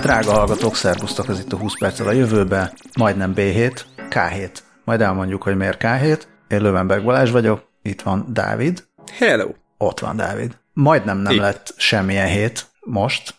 Drága hallgatók, szervusztok, ez itt a 20 perccel a jövőbe, majdnem B7, K7. Majd elmondjuk, hogy miért K7. Én Löwenberg Balázs vagyok, itt van Dávid. Hello! Ott van Dávid. Majdnem nem lett semmilyen hét most.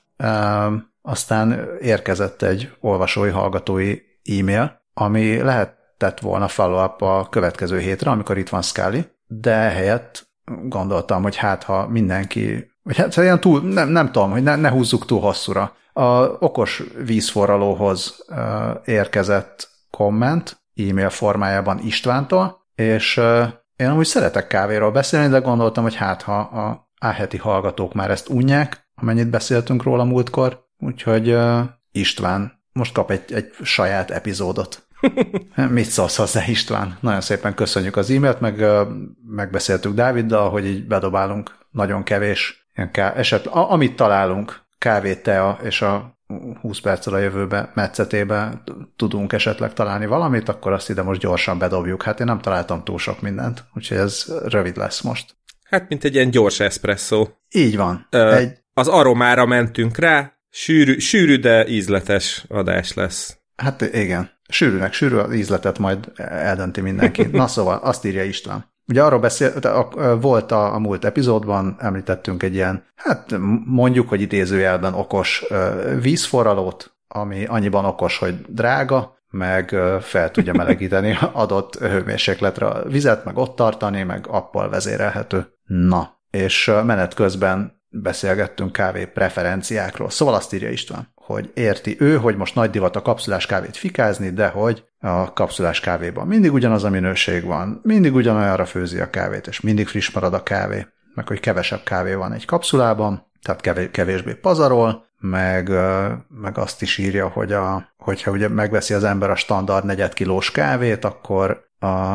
Aztán érkezett egy olvasói, hallgatói e-mail, ami lehetett volna follow-up a következő hétre, amikor itt van Scully, de helyett gondoltam, hogy hát ha mindenki, vagy hát ilyen túl, nem tudom, hogy ne húzzuk túl hosszúra. A okos vízforralóhoz érkezett komment e-mail formájában Istvántól, és én amúgy szeretek kávéról beszélni, de gondoltam, hogy hát ha a áheti hallgatók már ezt unják, amennyit beszéltünk róla múltkor, úgyhogy István most kap egy saját epizódot. Mit szólsz hozzá, István? Nagyon szépen köszönjük az e-mailt, megbeszéltük Dáviddal, hogy így bedobálunk nagyon kevés, amit találunk, kávé, tea és a 20 perccel a jövőbe metszetébe tudunk esetleg találni valamit, akkor azt ide most gyorsan bedobjuk. Hát én nem találtam túl sok mindent, úgyhogy ez rövid lesz most. Hát, mint egy ilyen gyors eszpresszó. Így van. Az aromára mentünk rá, sűrű, de ízletes adás lesz. Hát igen. Sűrű, az ízletet majd eldönti mindenki. Na szóval, azt írja István. Ugye arról volt a múlt epizódban, említettünk egy ilyen, hát mondjuk, hogy idézőjelben okos vízforralót, ami annyiban okos, hogy drága, meg fel tudja melegíteni adott hőmérsékletre a vizet, meg ott tartani, meg appal vezérelhető. Na, és menet közben beszélgettünk kávé preferenciákról. Szóval azt írja István, hogy érti ő, hogy most nagy divat a kapszulás kávét fikázni, de hogy a kapszulás kávéban mindig ugyanaz a minőség van, mindig ugyanolyanra főzi a kávét, és mindig friss marad a kávé, meg hogy kevesebb kávé van egy kapszulában, tehát kevésbé pazarol, meg azt is írja, hogyha ugye megveszi az ember a standard 4 kilós kávét, akkor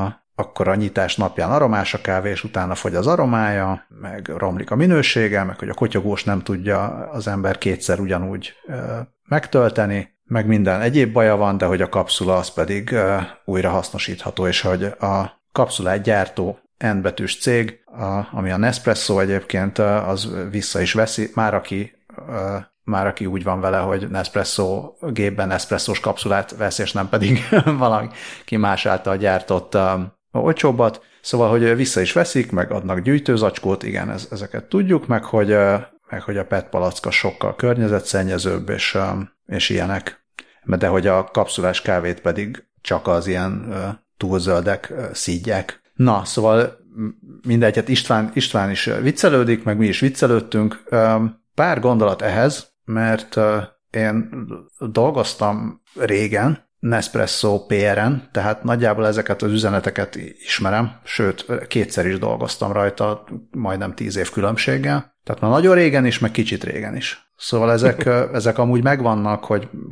a nyitás napján aromás a kávé, és utána fogy az aromája, meg romlik a minősége, meg hogy a kotyogós nem tudja az ember kétszer ugyanúgy megtölteni, meg minden egyéb baja van, de hogy a kapszula az pedig újra hasznosítható, és hogy a kapszulát gyártó N betűs cég, ami a Nespresso egyébként, az vissza is veszi, már aki úgy van vele, hogy Nespresso gépben Nespresso-s kapszulát vesz, és nem pedig valaki más által gyártott olcsóbbat, szóval, hogy vissza is veszik, meg adnak gyűjtőzacskót, igen, ezeket tudjuk, meg hogy a PET palacka sokkal környezetszennyezőbb, és ilyenek, de hogy a kapszulás kávét pedig csak az ilyen túlzöldek szídják. Na, szóval mindegy, hát István is viccelődik, meg mi is viccelődtünk. Pár gondolat ehhez, mert én dolgoztam régen Nespresso PR-en, tehát nagyjából ezeket az üzeneteket ismerem, sőt, 2-szer is dolgoztam rajta, majdnem 10 év különbséggel. Tehát már nagyon régen is, meg kicsit régen is. Szóval ezek amúgy megvannak,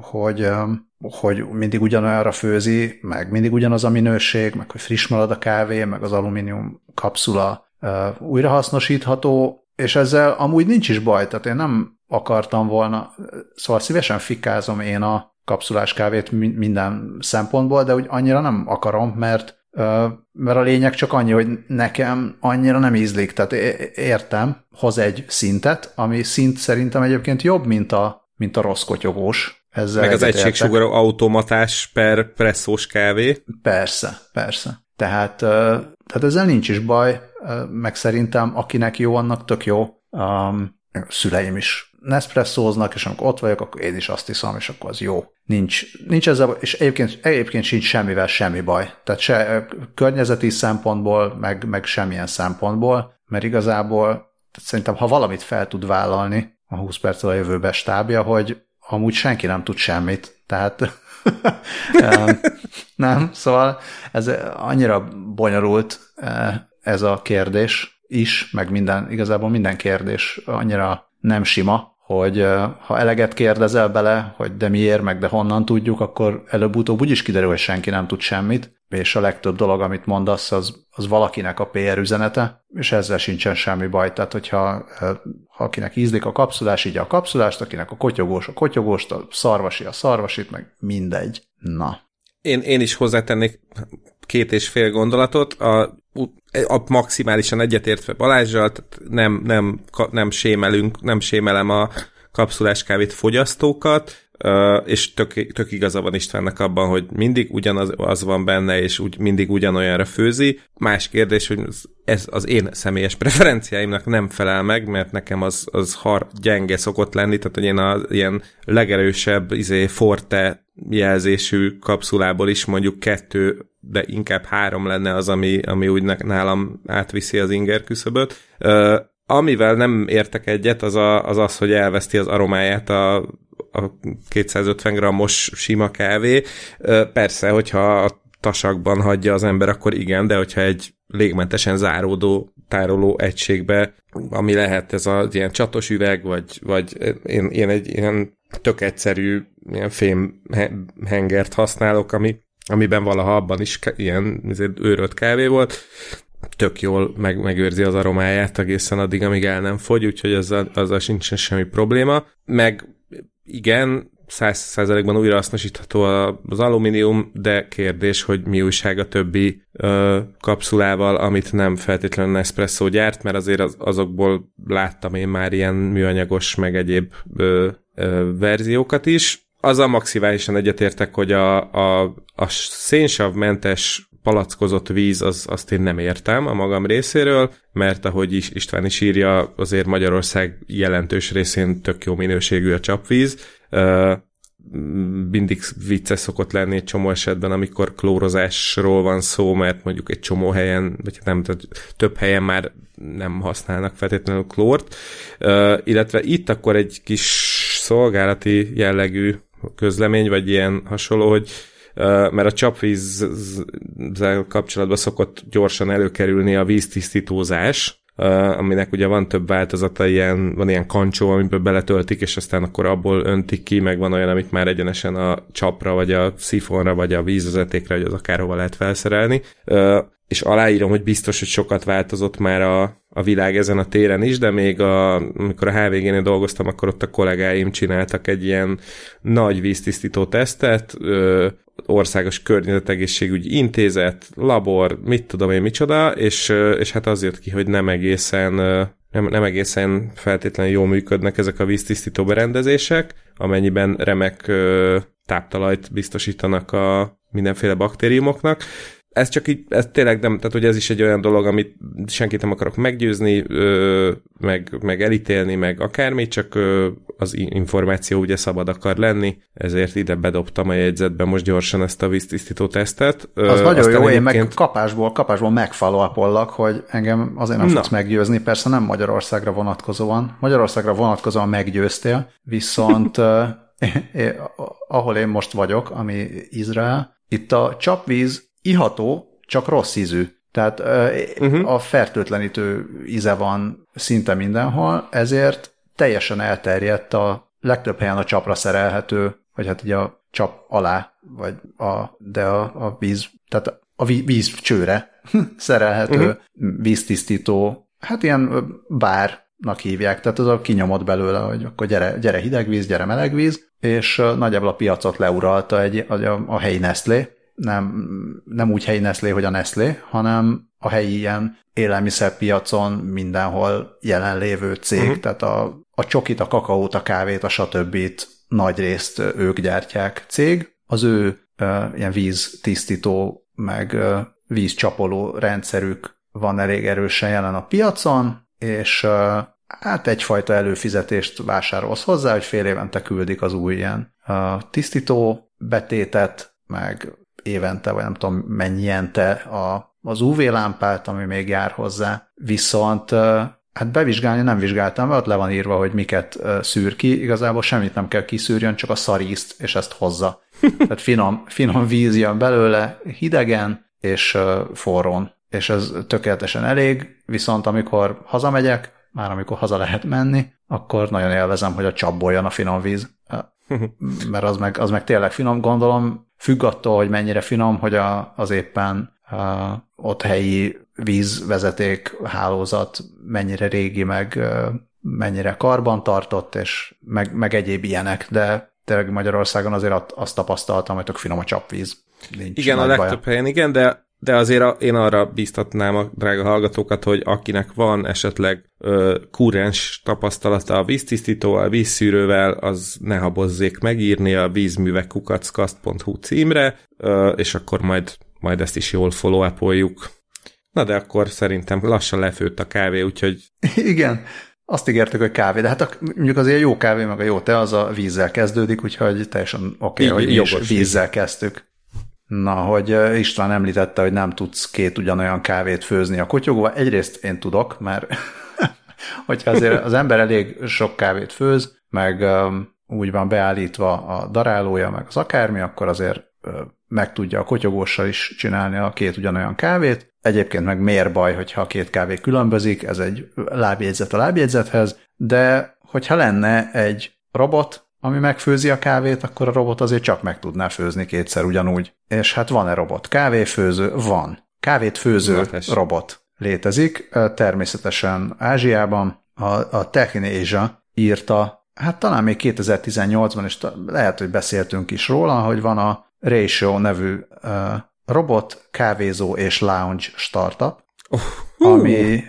hogy mindig ugyanolyanra főzi, meg mindig ugyanaz a minőség, meg hogy friss marad a kávé, meg az alumínium kapszula újrahasznosítható, és ezzel amúgy nincs is baj, tehát én nem akartam volna, szóval szívesen fikázom én a kapszulás kávét minden szempontból, de úgy annyira nem akarom, mert a lényeg csak annyi, hogy nekem annyira nem ízlik, tehát értem, hoz egy szintet, ami szint szerintem egyébként jobb, mint a rossz kotyogós. Ezzel meg az egységsugarú automatás per presszós kávé. Persze. Tehát ezzel nincs is baj, meg szerintem akinek jó, annak tök jó. Szüleim is Nespresszóznak, és amikor ott vagyok, akkor én is azt hiszem, és akkor az jó. Nincs ezzel, és egyébként sincs semmivel semmi baj. Tehát se környezeti szempontból, meg semmilyen szempontból, mert igazából szerintem, ha valamit fel tud vállalni a 20 perccel a jövőbe stábja, hogy amúgy senki nem tud semmit. Tehát nem, szóval ez annyira bonyolult ez a kérdés is, meg igazából minden kérdés annyira nem sima, hogy ha eleget kérdezel bele, hogy de miért, meg de honnan tudjuk, akkor előbb-utóbb úgyis kiderül, hogy senki nem tud semmit, és a legtöbb dolog, amit mondasz, az valakinek a PR üzenete, és ezzel sincsen semmi baj. Tehát, hogyha akinek ízlik a kapszulás, így a kapszulást, akinek a kotyogóst, a szarvasi a szarvasit, meg mindegy. Na. Én is hozzátennék 2,5 gondolatot, a maximálisan egyetértve Balázsral, tehát nem sémelem a kapszulás kávét fogyasztókat. és tök igaza van Istvánnak abban, hogy mindig ugyanaz az van benne, és mindig ugyanolyanra főzi. Más kérdés, hogy ez az én személyes preferenciáimnak nem felel meg, mert nekem az gyenge szokott lenni, tehát hogy én az ilyen legerősebb forte jelzésű kapszulából is mondjuk 2, de inkább 3 lenne az, ami úgy nálam átviszi az inger küszöböt. Amivel nem értek egyet, az, hogy elveszti az aromáját a 250 grammos sima kávé. Persze, hogyha a tasakban hagyja az ember, akkor igen, de hogyha egy légmentesen záródó tároló egységbe, ami lehet ez az ilyen csatos üveg, vagy én egy ilyen tök egyszerű ilyen fém hengert használok, amiben valaha abban is ilyen őrölt kávé volt, tök jól megőrzi az aromáját egészen addig, amíg el nem fogy, úgyhogy azzal sincsen semmi probléma. Meg igen, 100%-ban újrahasznosítható az alumínium, de kérdés, hogy mi újság a többi kapszulával, amit nem feltétlenül Nespresso gyárt, mert azért azokból láttam én már ilyen műanyagos, meg egyéb verziókat is. Azzal maximálisan egyetértek, hogy a szénsavmentes palackozott víz, azt én nem értem a magam részéről, mert ahogy István is írja, azért Magyarország jelentős részén tök jó minőségű a csapvíz. Mindig vicces szokott lenni egy csomó esetben, amikor klórozásról van szó, mert mondjuk egy csomó helyen, vagy nem, tehát több helyen már nem használnak feltétlenül klórt. Illetve itt akkor egy kis szolgálati jellegű közlemény, vagy ilyen hasonló, hogy mert a csapvízzel kapcsolatban szokott gyorsan előkerülni a víztisztítózás, aminek ugye van több változata, van ilyen kancsó, amiből beletöltik, és aztán akkor abból öntik ki, meg van olyan, amit már egyenesen a csapra, vagy a szifonra, vagy a vízvezetékre, vagy az akárhova lehet felszerelni. És aláírom, hogy biztos, hogy sokat változott már a világ ezen a téren is, de még amikor a HVG-nél dolgoztam, akkor ott a kollégáim csináltak egy ilyen nagy víztisztító tesztet, országos környezetegészségügyi intézet, labor, mit tudom én micsoda, és hát az jött ki, hogy nem egészen feltétlenül jól működnek ezek a víztisztító berendezések, amennyiben remek táptalajt biztosítanak a mindenféle baktériumoknak. Ez csak így, ez tényleg nem, tehát hogy ez is egy olyan dolog, amit senkit nem akarok meggyőzni, meg elítélni, meg akármi, csak az információ ugye szabad akar lenni, ezért ide bedobtam a jegyzetbe most gyorsan ezt a víztisztító tesztet. Az nagyon jó, én meg kapásból megfollow-upollak, hogy engem azért nem fogsz meggyőzni, persze nem Magyarországra vonatkozóan. Magyarországra vonatkozóan meggyőztél, viszont ahol én most vagyok, ami Izrael, itt a csapvíz iható, csak rossz ízű. Tehát a fertőtlenítő íze van szinte mindenhol, ezért teljesen elterjedt a legtöbb helyen a csapra szerelhető, vagy hát így a csap alá, vagy de a víz, tehát a víz csőre szerelhető víztisztító, hát ilyen bárnak hívják, tehát az a kinyomott belőle, hogy akkor gyere hideg víz, gyere meleg víz, és nagyjából a piacot leuralta a helyi Nestlé, nem úgy helyi Nestlé, hogy a Nestlé, hanem a helyi ilyen élelmiszerpiacon mindenhol jelenlévő cég, tehát a csokit, a kakaót, a kávét, a stb. Nagy részt ők gyártják cég. Az ő ilyen víztisztító, meg vízcsapoló rendszerük van elég erősen jelen a piacon, és hát egyfajta előfizetést vásárolsz hozzá, hogy fél évente küldik az új ilyen tisztító betétet, meg évente, vagy nem tudom mennyiyente az UV-lámpát, ami még jár hozzá. Viszont hát bevizsgálni nem vizsgáltam, mert ott le van írva, hogy miket szűr ki. Igazából semmit nem kell kiszűrjön, csak a szarízt, és ezt hozza. Tehát finom víz jön belőle, hidegen és forrón. És ez tökéletesen elég, viszont amikor hazamegyek, már amikor haza lehet menni, akkor nagyon élvezem, hogy a csapból jön a finom víz. Mert az meg tényleg finom, gondolom, függ attól, hogy mennyire finom, hogy az éppen ott helyi vízvezeték hálózat mennyire régi, meg mennyire karbantartott, és meg egyéb ilyenek, de tényleg Magyarországon azért azt tapasztaltam, hogy tök finom a csapvíz. Nincs igen, a legtöbb helyen igen, de De azért én arra bíztatnám a drága hallgatókat, hogy akinek van esetleg kurrens tapasztalata a víztisztítóval, vízszűrővel, az ne habozzék megírni a vízművek@kast.hu címre, és akkor majd ezt is jól follow-upoljuk. Na de akkor szerintem lassan lefőtt a kávé, úgyhogy... Igen, azt ígértük, hogy kávé, de hát mondjuk azért a jó kávé, meg a jó te, az a vízzel kezdődik, úgyhogy teljesen oké, hogy mi is vízzel kezdtük. Na, hogy István említette, hogy nem tudsz két ugyanolyan kávét főzni a kotyogóval. Egyrészt én tudok, mert hogyha azért az ember elég sok kávét főz, meg úgy van beállítva a darálója, meg az akármi, akkor azért meg tudja a kotyogóssal is csinálni a két ugyanolyan kávét. Egyébként meg miért baj, hogyha a két kávé különbözik, ez egy lábjegyzet a lábjegyzethez, de hogyha lenne egy robot, ami megfőzi a kávét, akkor a robot azért csak meg tudná főzni kétszer ugyanúgy. És hát van-e robot? Kávéfőző? Van. Kávét főző robot létezik. Természetesen Ázsiában a Technasia írta, hát talán még 2018-ban, és lehet, hogy beszéltünk is róla, hogy van a Ratio nevű robot, kávézó és lounge startup, ami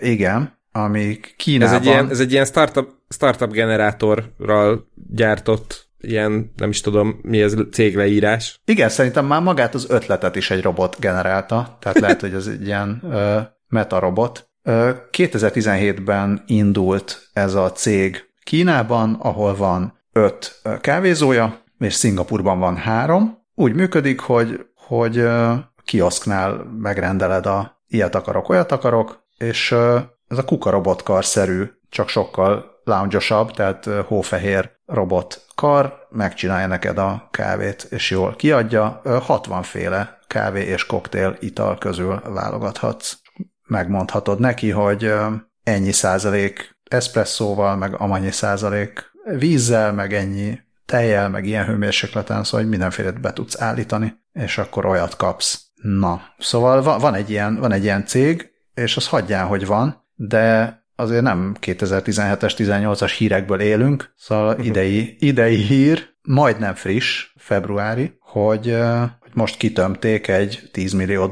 Kínában... Ez egy ilyen startup generátorral gyártott ilyen, nem is tudom, mi ez, cégleírás. Igen, szerintem már magát az ötletet is egy robot generálta, tehát lehet, hogy ez egy ilyen metarobot. 2017-ben indult ez a cég Kínában, ahol van 5 kávézója, és Szingapurban van 3. Úgy működik, hogy kioszknál megrendeled a ilyet akarok, olyat akarok, és ez a kukarobot-karszerű, csak sokkal lounge-osabb, tehát hófehér robotkar megcsinálja neked a kávét, és jól kiadja. 60 féle kávé és koktél ital közül válogathatsz. Megmondhatod neki, hogy ennyi százalék eszpresszóval, meg amannyi százalék vízzel, meg ennyi tejjel, meg ilyen hőmérsékleten, szóval mindenfélét be tudsz állítani, és akkor olyat kapsz. Na, szóval van egy ilyen cég, és az hagyján, hogy van, de azért nem 2017-es, 18-as hírekből élünk, szóval idei hír, majdnem friss, februári, hogy most kitömték egy $10 millió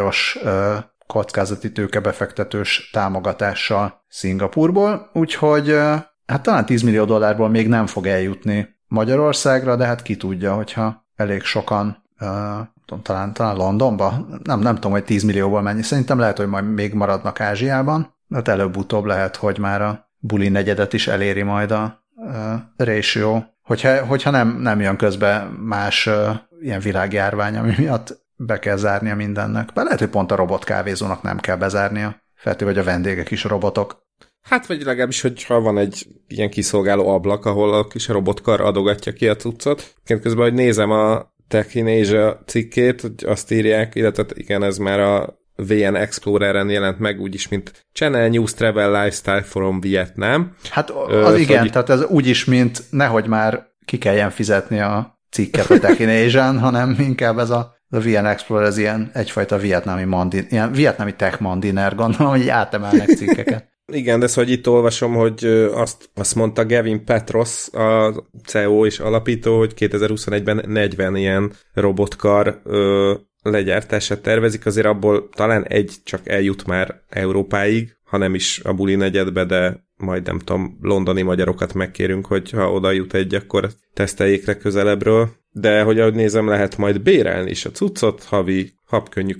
kockázati tőkebefektetős támogatással Szingapurból, úgyhogy hát talán $10 millió még nem fog eljutni Magyarországra, de hát ki tudja, hogyha elég sokan, talán Londonba, nem tudom, hogy 10 millióból mennyi, szerintem lehet, hogy majd még maradnak Ázsiában, de hát előbb-utóbb lehet, hogy már a buli negyedet is eléri majd a ratio, hogyha nem jön közbe más ilyen világjárvány, ami miatt be kell zárnia mindennek. Bár lehet, hogy pont a robotkávézónak nem kell bezárnia, feltéve, hogy a vendégek is robotok. Hát, vagy legalábbis, hogyha van egy ilyen kiszolgáló ablak, ahol a kis robotkar adogatja ki a cuccot. Közben, hogy nézem a Technasia cikkét, hogy azt írják, illetve igen, ez már a VN Explorer-en jelent meg, úgyis, mint Channel News Travel Lifestyle from Vietnam. Hát az igen, tehát ez úgyis, mint nehogy már ki kelljen fizetni a cikket a Technasian, hanem inkább ez a VN Explorer, ez ilyen egyfajta ilyen vietnámi tech mandiner, gondolom, hogy átemelnek cikkeket. Igen, de szóval itt olvasom, hogy azt mondta Gavin Petros, a CEO és alapító, hogy 2021-ben 40 ilyen robotkar legyártását tervezik, azért abból talán egy csak eljut már Európáig, ha nem is a buli negyedbe, de majd nem tudom, londoni magyarokat megkérünk, hogy ha oda jut egy, akkor teszteljék le közelebbről. De hogy ahogy nézem, lehet majd bérelni is a cuccot, havi habkönnyű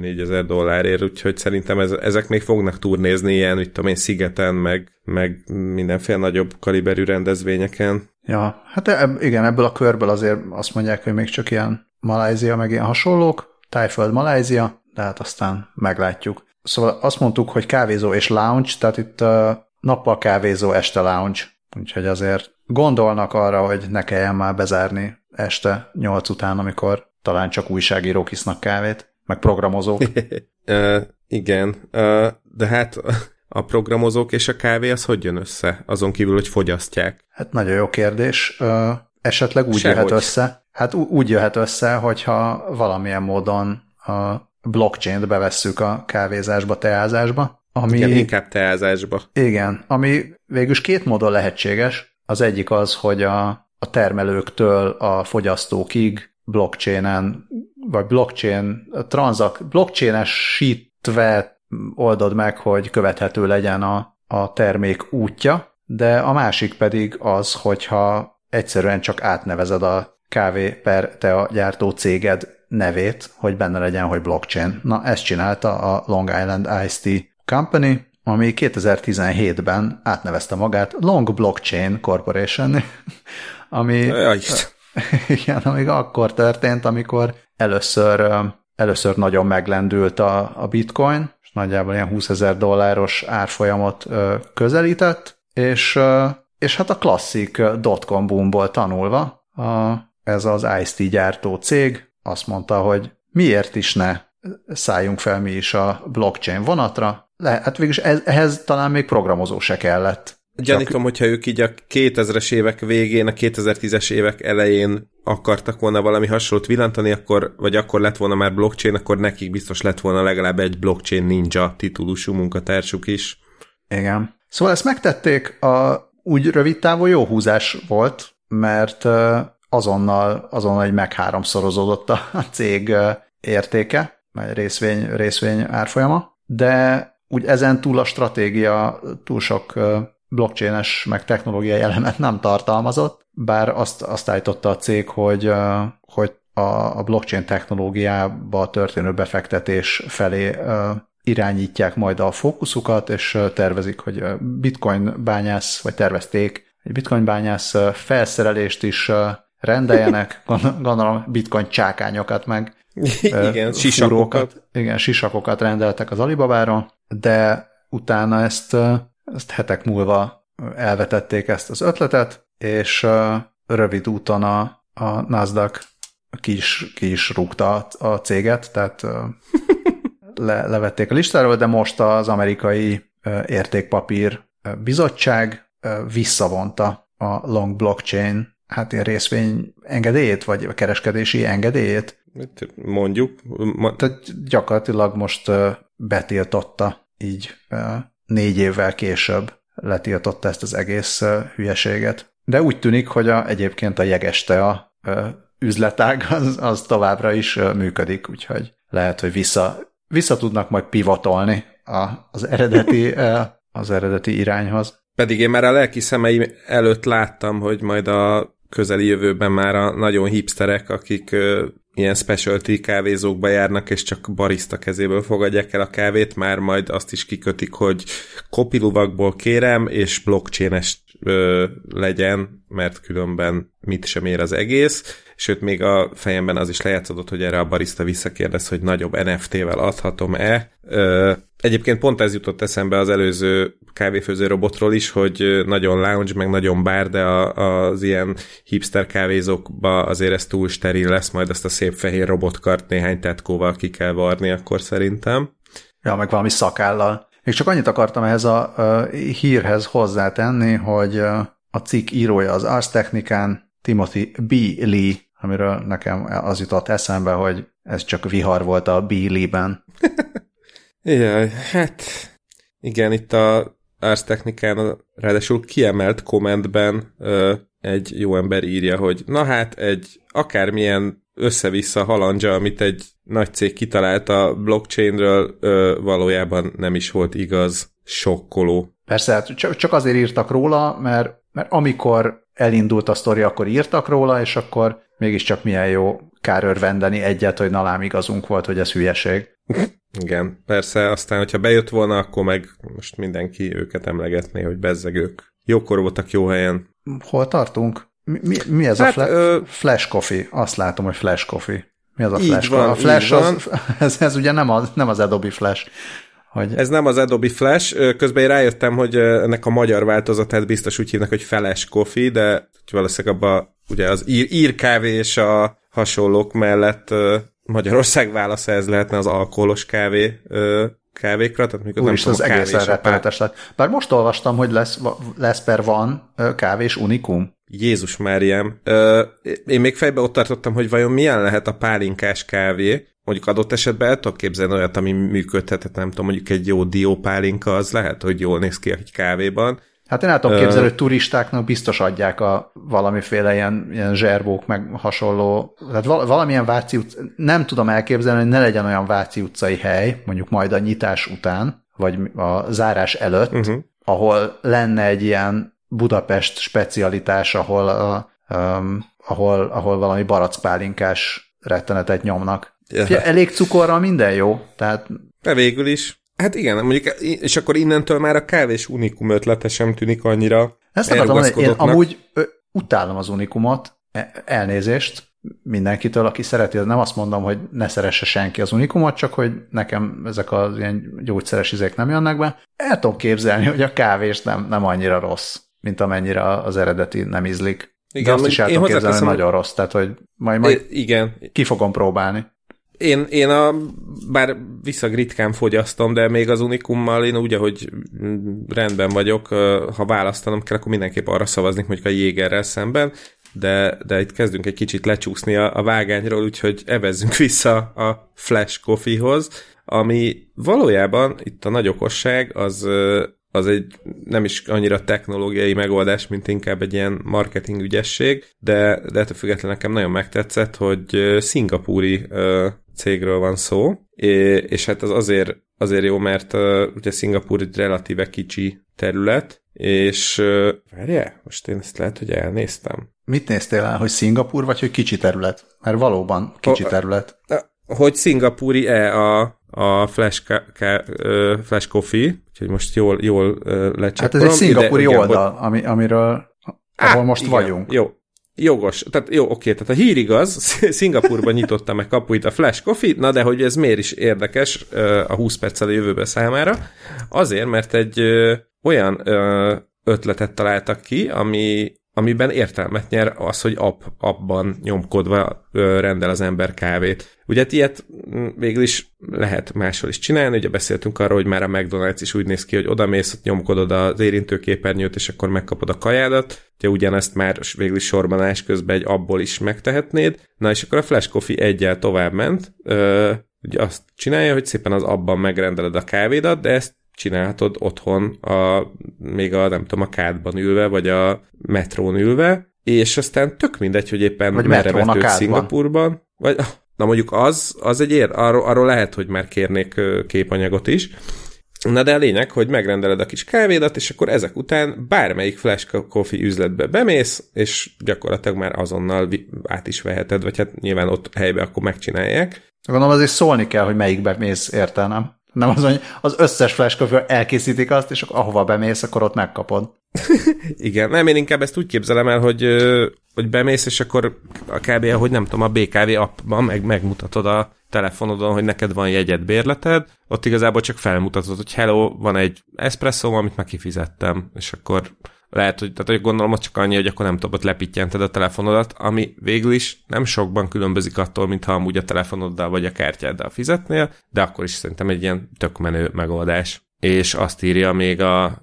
$2-4 úgyhogy szerintem ezek még fognak turnézni ilyen, mit tudom én, szigeten, meg mindenféle nagyobb kaliberű rendezvényeken. Ja, hát igen, ebből a körből azért azt mondják, hogy még csak ilyen Malajzia, meg ilyen hasonlók, Tájföld, Malajzia, de hát aztán meglátjuk. Szóval azt mondtuk, hogy kávézó és lounge, tehát itt nappal kávézó, este lounge, úgyhogy azért gondolnak arra, hogy ne kelljen már bezárni este 8 után, amikor talán csak újságírók isznak kávét, meg programozók. Igen, de hát a programozók és a kávé az hogy jön össze? Azon kívül, hogy fogyasztják. Hát nagyon jó kérdés. Esetleg úgy jöhet össze. Hát úgy jöhet össze, hogyha valamilyen módon a blockchain-t bevesszük a kávézásba, teázásba. Igen, inkább teázásba. Igen, ami végülis két módon lehetséges. Az egyik az, hogy a termelőktől a fogyasztókig blockchainen, vagy blockchain-esítve oldod meg, hogy követhető legyen a termék útja, de a másik pedig az, hogyha egyszerűen csak átnevezed a kávé per tea gyártó céged nevét, hogy benne legyen, hogy blockchain. Na, ezt csinálta a Long Island Iced Tea Company, ami 2017-ben átnevezte magát Long Blockchain Corporation, ami igen, amíg akkor történt, amikor először nagyon meglendült a bitcoin, és nagyjából ilyen $20,000 árfolyamot közelített, és hát a klasszik dotcom boomból tanulva ez az Iced Tea gyártó cég azt mondta, hogy miért is ne szálljunk fel mi is a blockchain vonatra. Hát végülis ehhez talán még programozó se kellett. Gyanítom, hogyha ők így a 2000-es évek végén, a 2010-es évek elején akartak volna valami hasonlót villantani, vagy akkor lett volna már blockchain, akkor nekik biztos lett volna legalább egy blockchain ninja titulusú munkatársuk is. Igen. Szóval ezt megtették, úgy rövid távon jó húzás volt, mert azonnal egy megháromszorozódott a cég értéke, vagy részvény árfolyama, de úgy ezen túl a stratégia túl sok blockchain-es meg technológiai elemet nem tartalmazott, bár azt állította a cég, hogy a blockchain technológiába történő befektetés felé irányítják majd a fókuszukat, és tervezik, hogy bitcoin bányász, vagy tervezték, egy bitcoin bányász felszerelést is rendeljenek, gondolom bitcoin csákányokat meg igen, sisakokat. Igen, sisakokat rendeltek az Alibabára, de utána ezt hetek múlva elvetették ezt az ötletet, és rövid úton a Nasdaq ki is rúgta a céget, tehát levették a listáról, de most az amerikai értékpapír bizottság visszavonta a Long Blockchain ilyen részvény engedélyét, vagy kereskedési engedélyét. Mondjuk. Tehát gyakorlatilag most betiltotta, így 4 évvel később letiltotta ezt az egész hülyeséget. De úgy tűnik, hogy egyébként a jegestea üzletág az továbbra is működik, úgyhogy lehet, hogy vissza tudnak majd pivotolni az eredeti irányhoz. Pedig én már a lelki szemeim előtt láttam, hogy majd a közeli jövőben már a nagyon hipsterek, akik ilyen specialty kávézókba járnak, és csak barista kezéből fogadják el a kávét, már majd azt is kikötik, hogy kopiluvakból kérem, és blockchain-es legyen, mert különben mit sem ér az egész. Sőt, még a fejemben az is lejátszódott, hogy erre a barista visszakérdez, hogy nagyobb NFT-vel adhatom-e. Egyébként pont ez jutott eszembe az előző kávéfőző robotról is, hogy nagyon lounge, meg nagyon bár, de az ilyen hipster kávézókba azért ez túl steril lesz, majd ezt a szép fehér robotkart néhány tetkóval ki kell varni akkor szerintem. Ja, meg valami szakállal. Még csak annyit akartam ehhez a hírhez hozzátenni, hogy a cikk írója az Ars Technicán, Timothy B. Lee, amiről nekem az jutott eszembe, hogy ez csak vihar volt a B. Lee-ben. Jaj, hát igen, itt a Ars Technicán ráadásul kiemelt kommentben egy jó ember írja, hogy na hát egy akármilyen össze-vissza halandzsa, amit egy nagy cég kitalált a blockchainről, valójában nem is volt igaz, sokkoló. Persze, hát csak azért írtak róla, mert amikor elindult a sztori, akkor írtak róla, és akkor mégiscsak milyen jó kárörvendeni egyet, hogy nalám igazunk volt, hogy ez hülyeség. Igen, persze, aztán, hogyha bejött volna, akkor meg most mindenki őket emlegetné, hogy bezzeg ők. Jókor voltak jó helyen. Hol tartunk? Mi ez hát, a Flash Coffee? Azt látom, hogy Flash Coffee. Mi az a Flash Coffee? A Flash ez ugye nem az Adobe Flash. Ez nem az Adobe Flash, közben én rájöttem, hogy ennek a magyar változatát biztos úgy hívnak, hogy Flash Coffee, de valószínűleg abban ugye az írkávé és a hasonlók mellett Magyarország válasza ez lehetne az alkoholos kávékra, tehát mikor nem tudom, az egészen rettenetes lett. Bár most olvastam, hogy van kávés unikum. Jézus Máriám. Én még fejbe ott tartottam, hogy vajon milyen lehet a pálinkás kávé. Mondjuk adott esetben el tudok képzelni olyat, ami működhet, nem tudom, mondjuk egy jó diópálinka, az lehet, hogy jól néz ki egy kávéban, Hát én el tudom képzelni, hogy turistáknak biztos adják a valamiféle ilyen zserbók, meg hasonló, tehát valamilyen Váci utca, nem tudom elképzelni, hogy ne legyen olyan Váci utcai hely, mondjuk majd a nyitás után, vagy a zárás előtt, ahol lenne egy ilyen Budapest specialitás, ahol valami barackpálinkás rettenetet nyomnak. Elég cukorral minden jó, tehát... De végül is. Hát igen, mondjuk, és akkor innentől már a kávés unikum ötlete sem tűnik annyira ezt akartam mondani, én amúgy utálom az unikumot, elnézést mindenkitől, aki szereti, nem azt mondom, hogy ne szeresse senki az unikumot, csak hogy nekem ezek az ilyen gyógyszeres izék nem jönnek be. El tudom képzelni, hogy a kávés nem annyira rossz, mint amennyire az eredeti nem ízlik. Igen, de azt is el tudom képzelni, hogy nagyon rossz, tehát hogy majd igen. Ki fogom próbálni. Én bár viszag ritkán fogyasztom, de még az unikummal én úgy, ahogy rendben vagyok, ha választanom kell, akkor mindenképp arra szavaznék, mondjuk a Jégerrel szemben, de itt kezdünk egy kicsit lecsúszni a vágányról, úgyhogy evezzünk vissza a Flash Coffeehoz, ami valójában itt a nagy okosság az egy nem is annyira technológiai megoldás, mint inkább egy ilyen marketing ügyesség, de ettől függetlenül nekem nagyon megtetszett, hogy szingapúri cégről van szó, és hát az azért jó, mert ugye Szingapúr egy relatíve kicsi terület, és várjál, most én ezt lehet, hogy elnéztem. Mit néztél el, hogy Szingapúr, vagy hogy kicsi terület? Mert valóban kicsi terület. Hogy szingapúri-e a Flash Coffee, úgyhogy most jól lecsekkolom. Hát ez egy szingapúri oldal, ahol most igen, vagyunk. Jó. Jogos. Tehát jó, oké, tehát a hír igaz, Szingapúrban nyitotta meg kapuit a Flash Coffee, na de hogy ez miért is érdekes a 20 perccel a jövőbe számára? Azért, mert egy olyan ötletet találtak ki, amiben értelmet nyer az, hogy appban nyomkodva rendel az ember kávét. Ugye ilyet végül is lehet máshol is csinálni, ugye beszéltünk arról, hogy már a McDonald's is úgy néz ki, hogy odamész, ott nyomkodod az érintőképernyőt, és akkor megkapod a kajádat. Ugye ugyanezt már végül is sorbanás közben egy appból is megtehetnéd. Na és akkor a Flash Coffee egyel tovább ment, ugye azt csinálja, hogy szépen az appban megrendeled a kávédat, de ezt csinálhatod otthon, még nem tudom, a kádban ülve, vagy a metrón ülve, és aztán tök mindegy, hogy éppen merre vetőd Szingapúrban. Vagy, na mondjuk az egy arról lehet, hogy már kérnék képanyagot is. Na de a lényeg, hogy megrendeled a kis kávédat, és akkor ezek után bármelyik Flash Coffee üzletbe bemész, és gyakorlatilag már azonnal át is veheted, vagy hát nyilván ott helyben akkor megcsinálják. Gondolom azért szólni kell, hogy melyikbe mész, érte, nem? Nem az, hogy az összes Flash Coffee elkészítik azt, és ahova bemész, akkor ott megkapod. Igen, nem, én inkább ezt úgy képzelem el, hogy bemész, és akkor a kb. Hogy nem tudom, a BKV appban megmutatod a telefonodon, hogy neked van jegyed, bérleted, ott igazából csak felmutatod, hogy hello, van egy espresszóm, amit már kifizettem, és akkor lehet, hogy gondolom, hogy csak annyi, hogy akkor nem tudod, lepitjented a telefonodat, ami végül is nem sokban különbözik attól, mintha amúgy a telefonoddal vagy a kártyáddal fizetnél, de akkor is szerintem egy ilyen tök menő megoldás. És azt írja még a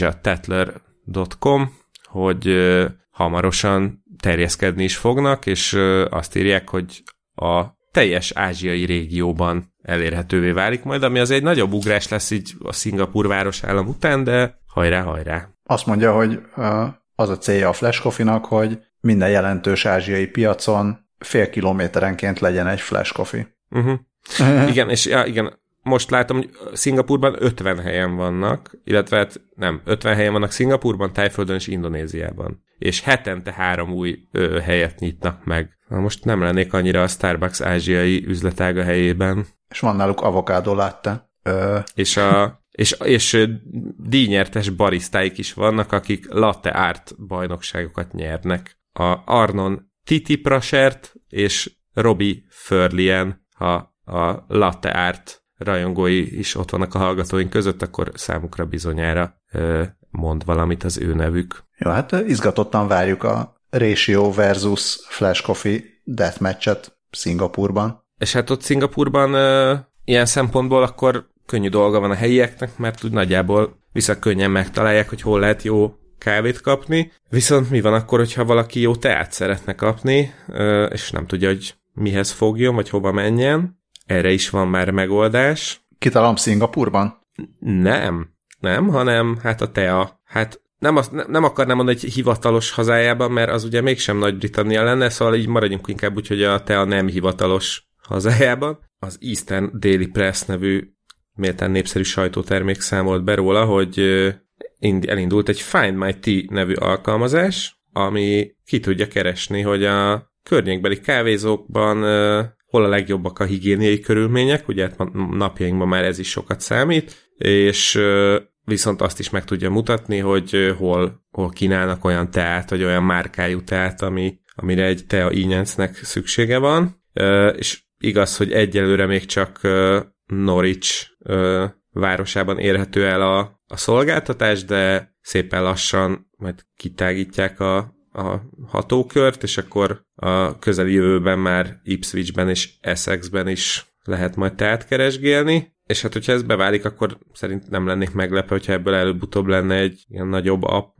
asiatatler.com, hogy hamarosan terjeszkedni is fognak, és azt írják, hogy a teljes ázsiai régióban elérhetővé válik majd, ami az egy nagyobb ugrás lesz így a Szingapúr városállam után, de hajrá! Azt mondja, hogy az a célja a Flash Coffee-nak, hogy minden jelentős ázsiai piacon fél kilométerenként legyen egy Flash Coffee. Igen, és igen, most látom, hogy Szingapúrban 50 helyen vannak, illetve hát nem, 50 helyen vannak Szingapúrban, Tájföldön és Indonéziában. És hetente 3 új helyet nyitnak meg. Na most nem lennék annyira a Starbucks ázsiai üzletága helyében. És van náluk avokádó latte. És díjnyertes barisztáik is vannak, akik latte art bajnokságokat nyernek. A Arnon Titiprasert és Robbie Furlien, ha a latte art rajongói is ott vannak a hallgatóink között, akkor számukra bizonyára mond valamit az ő nevük. Jó, hát izgatottan várjuk a Ratio versus Flash Coffee deathmatchet Szingapúrban. És hát ott Szingapúrban ilyen szempontból akkor könnyű dolga van a helyieknek, mert úgy nagyjából viszont könnyen megtalálják, hogy hol lehet jó kávét kapni. Viszont mi van akkor, hogyha valaki jó teát szeretne kapni, és nem tudja, hogy mihez fogjon, vagy hova menjen? Erre is van már megoldás. Kitalálom Szingapúrban? Nem, hanem hát a tea. Hát nem akarnám mondani, hogy hivatalos hazájában, mert az ugye mégsem Nagy-Britannia lenne, szóval így maradjunk inkább úgy, hogy a nem hivatalos hazájában. Az Eastern Daily Press nevű méltán népszerű sajtótermék számolt be róla, hogy elindult egy Find My Tea nevű alkalmazás, ami ki tudja keresni, hogy a környékbeli kávézókban hol a legjobbak a higiéniai körülmények, ugye hát napjainkban már ez is sokat számít, és viszont azt is meg tudja mutatni, hogy hol kínálnak olyan teát, vagy olyan márkájú teát, amire egy tea ígyencnek szüksége van, és igaz, hogy egyelőre még csak Norwich városában érhető el a szolgáltatás, de szépen lassan majd kitágítják a hatókört, és akkor a közeli jövőben már Ipswichben és Essexben is lehet majd teát keresgélni, és hát hogyha ez beválik, akkor szerint nem lennék meglepve, hogyha ebből előbb-utóbb lenne egy ilyen nagyobb app,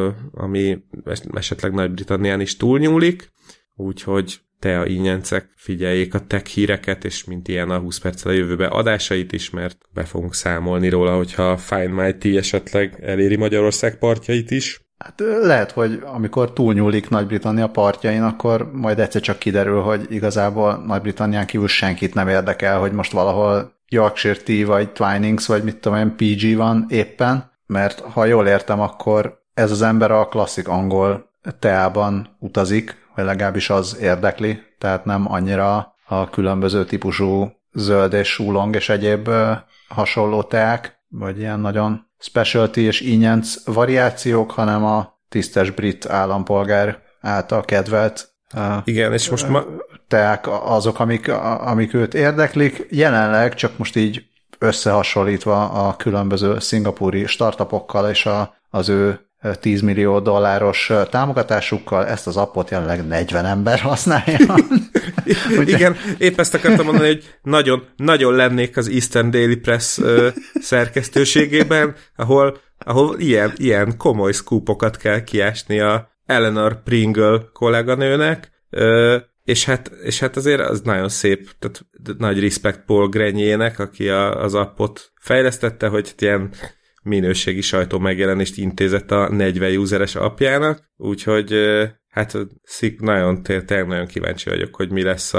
ami esetleg Nagy-Britannián is túlnyúlik, úgyhogy tea ígyencek figyeljék a tech híreket, és mint ilyen a 20 perccel a jövőbe adásait is, mert be fogunk számolni róla, hogyha Find My Tea esetleg eléri Magyarország partjait is. Hát lehet, hogy amikor túlnyúlik Nagy-Britannia partjain, akkor majd egyszer csak kiderül, hogy igazából Nagy-Britannián kívül senkit nem érdekel, hogy most valahol Yorkshire Tea, vagy Twinings, vagy mit tudom én, PG van éppen, mert ha jól értem, akkor ez az ember a klasszik angol teában utazik, vagy legalábbis az érdekli, tehát nem annyira a különböző típusú zöld és oolong és egyéb hasonló teák, vagy ilyen nagyon specialty és ínyenc variációk, hanem a tisztes brit állampolgár által kedvelt igen, és most teák azok, amik őt érdeklik. Jelenleg csak most így összehasonlítva a különböző szingapúri startupokkal és az ő $10 millió támogatásukkal ezt az appot jelenleg 40 ember használja. Igen, épp ezt akartam mondani, hogy nagyon, nagyon lennék az Eastern Daily Press szerkesztőségében, ahol ilyen komoly scoopokat kell kiásni a Eleanor Pringle kolléganőnek, és hát azért az nagyon szép, tehát nagy respect Paul Grenier-nek, aki az appot fejlesztette, hogy ilyen minőségi sajtó megjelenést intézett a 40 useres appjának, úgyhogy hát tényleg nagyon kíváncsi vagyok, hogy mi lesz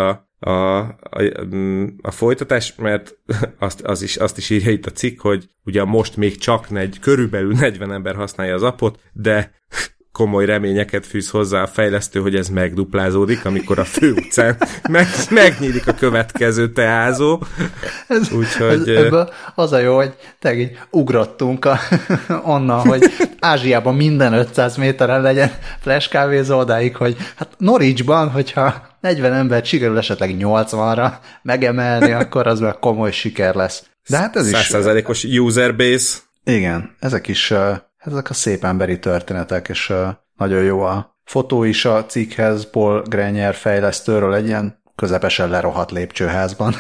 a folytatás, mert azt is írja itt a cikk, hogy ugye most még csak körülbelül 40 ember használja az appot, de komoly reményeket fűz hozzá a fejlesztő, hogy ez megduplázódik, amikor a főutcán megnyílik a következő teázó. Úgyhogy ebből az a jó, hogy tényleg így ugrottunk onnan, hogy Ázsiában minden 500 méteren legyen flash kávézó, odáig, hogy hát Norwichban, hogyha 40 embert sikerül esetleg 80-ra megemelni, akkor az már komoly siker lesz. De hát ez 100%-os user base. Igen, ezek a szép emberi történetek, és nagyon jó a fotó is a cikkhez, Paul Grenier fejlesztőről egy ilyen közepesen lerohadt lépcsőházban.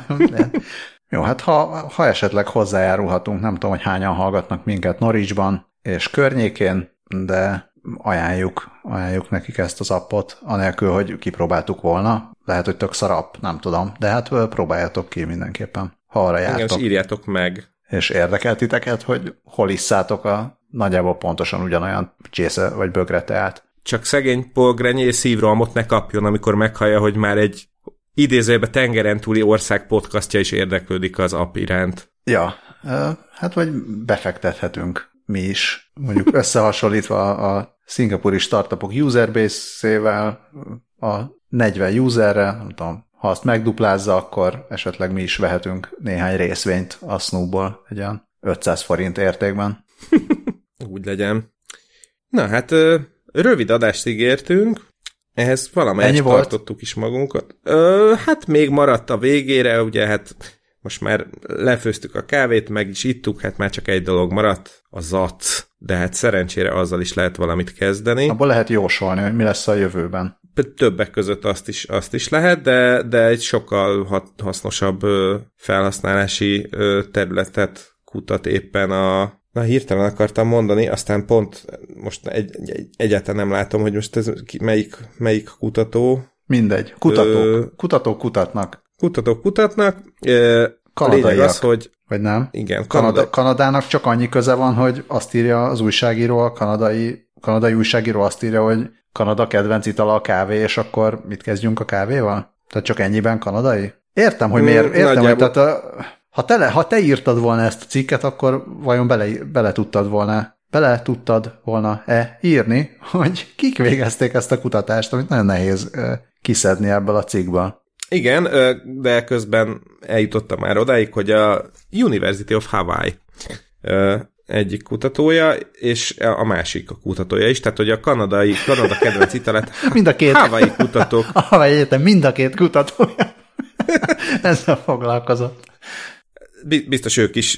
Jó, hát ha esetleg hozzájárulhatunk, nem tudom, hogy hányan hallgatnak minket Norwichban és környékén, de ajánljuk nekik ezt az appot, anélkül, hogy kipróbáltuk volna. Lehet, hogy tök szarapp, nem tudom, de hát próbáljátok ki mindenképpen, ha arra jártok. Igen, és írjátok meg. És érdekel titeket, hogy hol isszátok a nagyjából pontosan ugyanolyan csésze vagy bögre teát. Csak szegény Paul Grenier szívrohamot ne kapjon, amikor meghallja, hogy már egy idézőjében tengeren túli ország podcastja is érdeklődik az app iránt. Ja, hát vagy befektethetünk mi is. Mondjuk összehasonlítva a szingapúri startupok userbase-ével, a 40 userre, nem tudom, ha azt megduplázza, akkor esetleg mi is vehetünk néhány részvényt a Snoopból egy olyan 500 forint értékben. Úgy legyen. Na hát rövid adást ígértünk, ehhez valamelyest tartottuk is magunkat. Hát még maradt a végére, ugye hát most már lefőztük a kávét, meg is ittuk, hát már csak egy dolog maradt, a zac. De hát szerencsére azzal is lehet valamit kezdeni. Abból lehet jósolni, hogy mi lesz a jövőben. Többek között azt is lehet, de egy sokkal hasznosabb felhasználási területet kutat éppen hirtelen akartam mondani, aztán pont most egyáltalán nem látom, hogy most ez melyik kutató. Mindegy. Kutatók kutatnak. Kutatók kutatnak. A lényeg az, hogy vagy nem? Igen. Kanadának csak annyi köze van, hogy azt írja az újságíró, a kanadai újságíró azt írja, hogy Kanada kedvenc itala a kávé, és akkor mit kezdjünk a kávéval? Tehát csak ennyiben kanadai? Értem, hogy miért. Értem, hogy tehát ha te írtad volna ezt a cikket, akkor vajon bele tudtad volna írni, hogy kik végezték ezt a kutatást, amit nagyon nehéz kiszedni ebből a cikkből. Igen, de közben eljutottam már odáig, hogy a University of Hawaii egyik kutatója, és a másik a kutatója is, tehát hogy a Kanada kedvenc italát mind a két Hawaii kutatók. A Hawaii Egyetem mind a két kutatója ezzel foglalkozott. Biztos ők is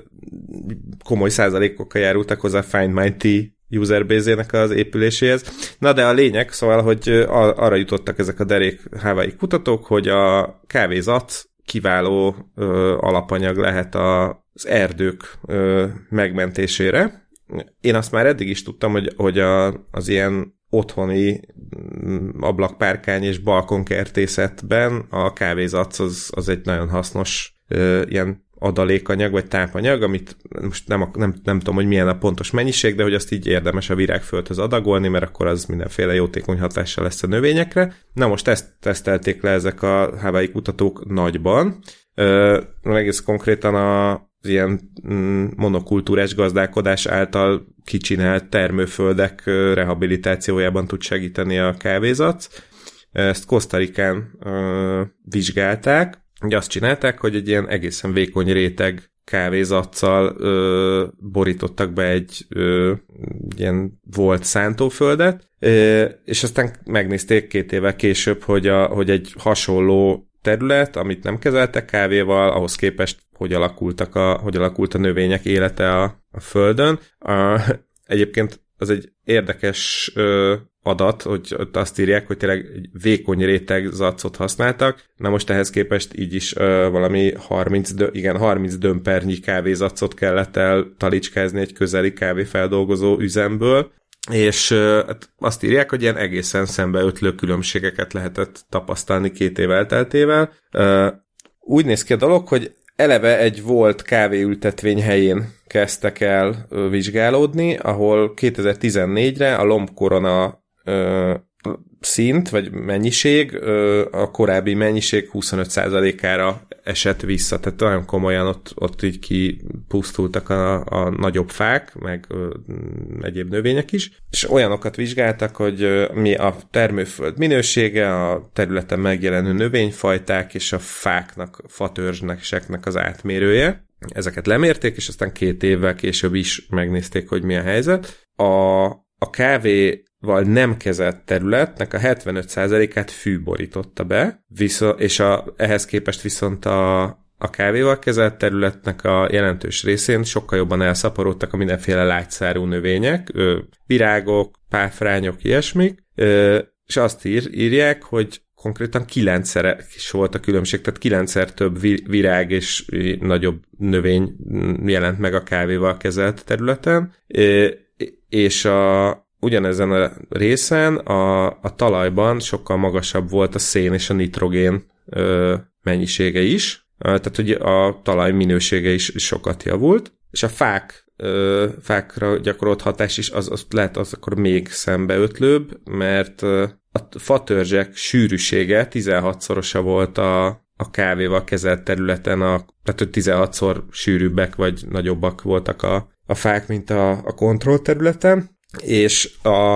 komoly százalékokkal járultak hozzá Find My Tea userbase-ének az épüléséhez. Na de a lényeg, szóval, hogy arra jutottak ezek a derék Hawaii kutatók, hogy a kávézat kiváló alapanyag lehet az erdők megmentésére. Én azt már eddig is tudtam, hogy az ilyen otthoni ablakpárkány és balkonkertészetben a kávézac az egy nagyon hasznos ilyen adalékanyag, vagy tápanyag, amit most nem tudom, hogy milyen a pontos mennyiség, de hogy azt így érdemes a virágföldhöz adagolni, mert akkor az mindenféle jótékony hatással lesz a növényekre. Na most ezt tesztelték le ezek a Hawaii kutatók nagyban. Egész konkrétan az ilyen monokultúrás gazdálkodás által kicsinált termőföldek rehabilitációjában tud segíteni a kávézat. Ezt Costa Ricán vizsgálták. Ugye azt csinálták, hogy egy ilyen egészen vékony réteg kávézaccal borítottak be egy ilyen volt szántóföldet, és aztán megnézték 2 évvel később, hogy egy hasonló terület, amit nem kezeltek kávéval, ahhoz képest hogy alakult a növények élete a földön. Egyébként az egy érdekes adat, hogy azt írják, hogy tényleg egy vékony réteg zacot használtak. Na most ehhez képest így is valami 30 dömpernyi kávézacot kellett eltalicskázni egy közeli kávéfeldolgozó üzemből, és azt írják, hogy ilyen egészen szembeötlő különbségeket lehetett tapasztalni 2 év elteltével. Úgy néz ki a dolog, hogy eleve egy volt kávéültetvény helyén kezdtek el vizsgálódni, ahol 2014-re a lombkorona szint, vagy mennyiség a korábbi mennyiség 25%-ára esett vissza, tehát nagyon komolyan ott így kipusztultak a nagyobb fák, meg egyéb növények is, és olyanokat vizsgáltak, hogy mi a termőföld minősége, a területen megjelenő növényfajták és a fáknak, fatörzseknek az átmérője. Ezeket lemérték, és aztán 2 évvel később is megnézték, hogy mi a helyzet. A kávéval nem kezelt területnek a 75%-át fű borította be, és ehhez képest viszont a kávéval kezelt területnek a jelentős részén sokkal jobban elszaporodtak a mindenféle lágyszárú növények, virágok, páfrányok, ilyesmik, és azt írják, hogy konkrétan 9-szer is volt a különbség, tehát 9-szer több virág és nagyobb növény jelent meg a kávéval kezelt területen, és ugyanezen a részen a talajban sokkal magasabb volt a szén és a nitrogén mennyisége is, tehát hogy a talaj minősége is sokat javult, és a fákra gyakorolt hatás is az lehet az akkor még szembeötlőbb, mert a fatörzsek sűrűsége 16-szorosa volt a kávéval kezelt területen, tehát hogy 16-szor sűrűbbek vagy nagyobbak voltak a fák, mint a kontrollterületen, és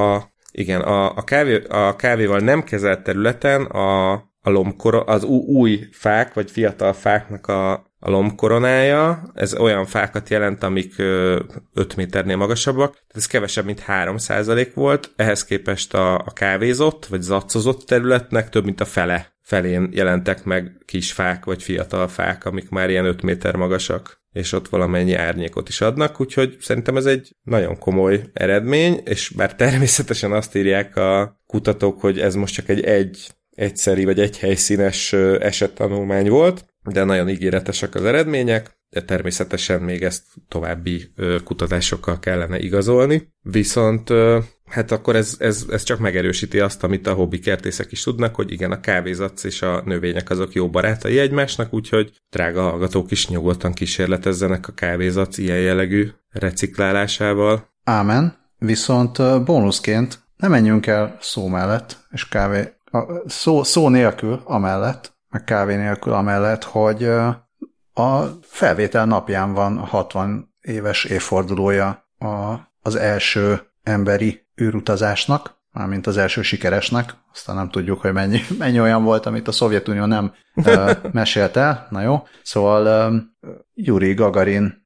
a kávéval nem kezelt területen az új fák, vagy fiatal fáknak a lombkoronája, ez olyan fákat jelent, amik 5 méternél magasabbak, tehát ez kevesebb, mint 3% volt, ehhez képest a kávézott, vagy zaccozott területnek több, mint a felén jelentek meg kis fák, vagy fiatal fák, amik már ilyen 5 méter magasak, és ott valamennyi árnyékot is adnak, úgyhogy szerintem ez egy nagyon komoly eredmény, és bár természetesen azt írják a kutatók, hogy ez most csak egy egyszeri vagy egyhelyszínes esettanulmány volt, de nagyon ígéretesek az eredmények, de természetesen még ezt további kutatásokkal kellene igazolni. Viszont hát akkor ez csak megerősíti azt, amit a hobbi kertészek is tudnak, hogy igen, a kávézac és a növények azok jó barátai egymásnak, úgyhogy drága hallgatók is nyugodtan kísérletezzenek a kávézac ilyen jellegű reciklálásával. Ámen, viszont bónuszként ne menjünk el szó mellett, és szó nélkül amellett, meg kávé nélkül amellett, hogy a felvétel napján van a 60 éves évfordulója az első emberi űrutazásnak, mármint az első sikeresnek, aztán nem tudjuk, hogy mennyi olyan volt, amit a Szovjetunió nem mesélt el, na jó. Szóval Jurij Gagarin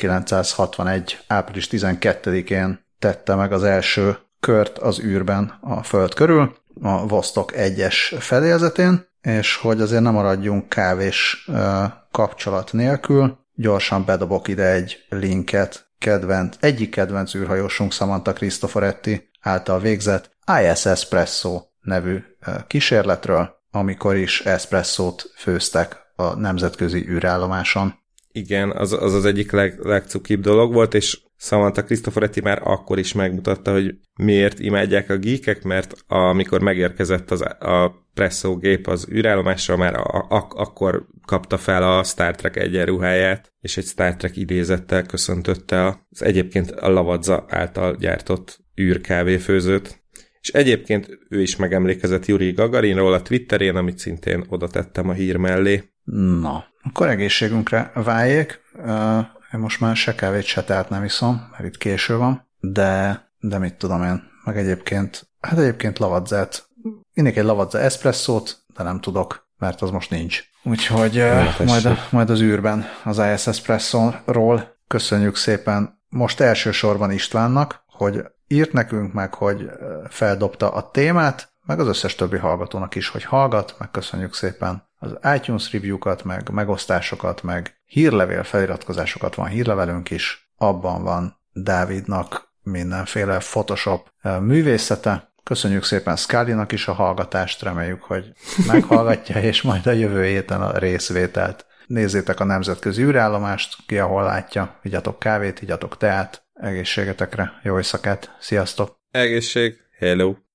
1961. április 12-én tette meg az első kört az űrben a Föld körül, a Vostok 1-es fedélzetén, és hogy azért nem maradjunk kávés kapcsolat nélkül, gyorsan bedobok ide egy linket egyik kedvenc űrhajósunk Samantha Cristoforetti által végzett IS Espresso nevű kísérletről, amikor is eszpresszót főztek a nemzetközi űrállomáson. Igen, az egyik legcukibb dolog volt, és Samantha Cristoforetti már akkor is megmutatta, hogy miért imádják a geekek, mert amikor megérkezett a presszógép az űrállomásra, már akkor kapta fel a Star Trek egyenruháját, és egy Star Trek idézettel köszöntötte az egyébként a Lavazza által gyártott űrkávéfőzőt. És egyébként ő is megemlékezett Jurij Gagarinról a Twitterén, amit szintén oda tettem a hír mellé. Na, akkor egészségünkre váljék. Én most már se kávét, se teát nem iszom, mert itt késő van, de mit tudom én, meg egyébként Lavazzát. Innék egy Lavazza eszpresszót, de nem tudok, mert az most nincs. Úgyhogy majd az űrben az IS Espresso-ról köszönjük szépen most elsősorban Istvánnak, hogy írt nekünk meg, hogy feldobta a témát, meg az összes többi hallgatónak is, hogy hallgat, meg köszönjük szépen az iTunes review-kat, meg megosztásokat, meg hírlevél feliratkozásokat, van hírlevelünk is, abban van Dávidnak mindenféle Photoshop művészete. Köszönjük szépen Scully-nak is a hallgatást, reméljük, hogy meghallgatja, és majd a jövő héten a részvételt. Nézzétek a nemzetközi űrállomást, ki ahol látja, vigyatok kávét, vigyatok teát, egészségetekre, jó éjszakát, sziasztok! Egészség, hello!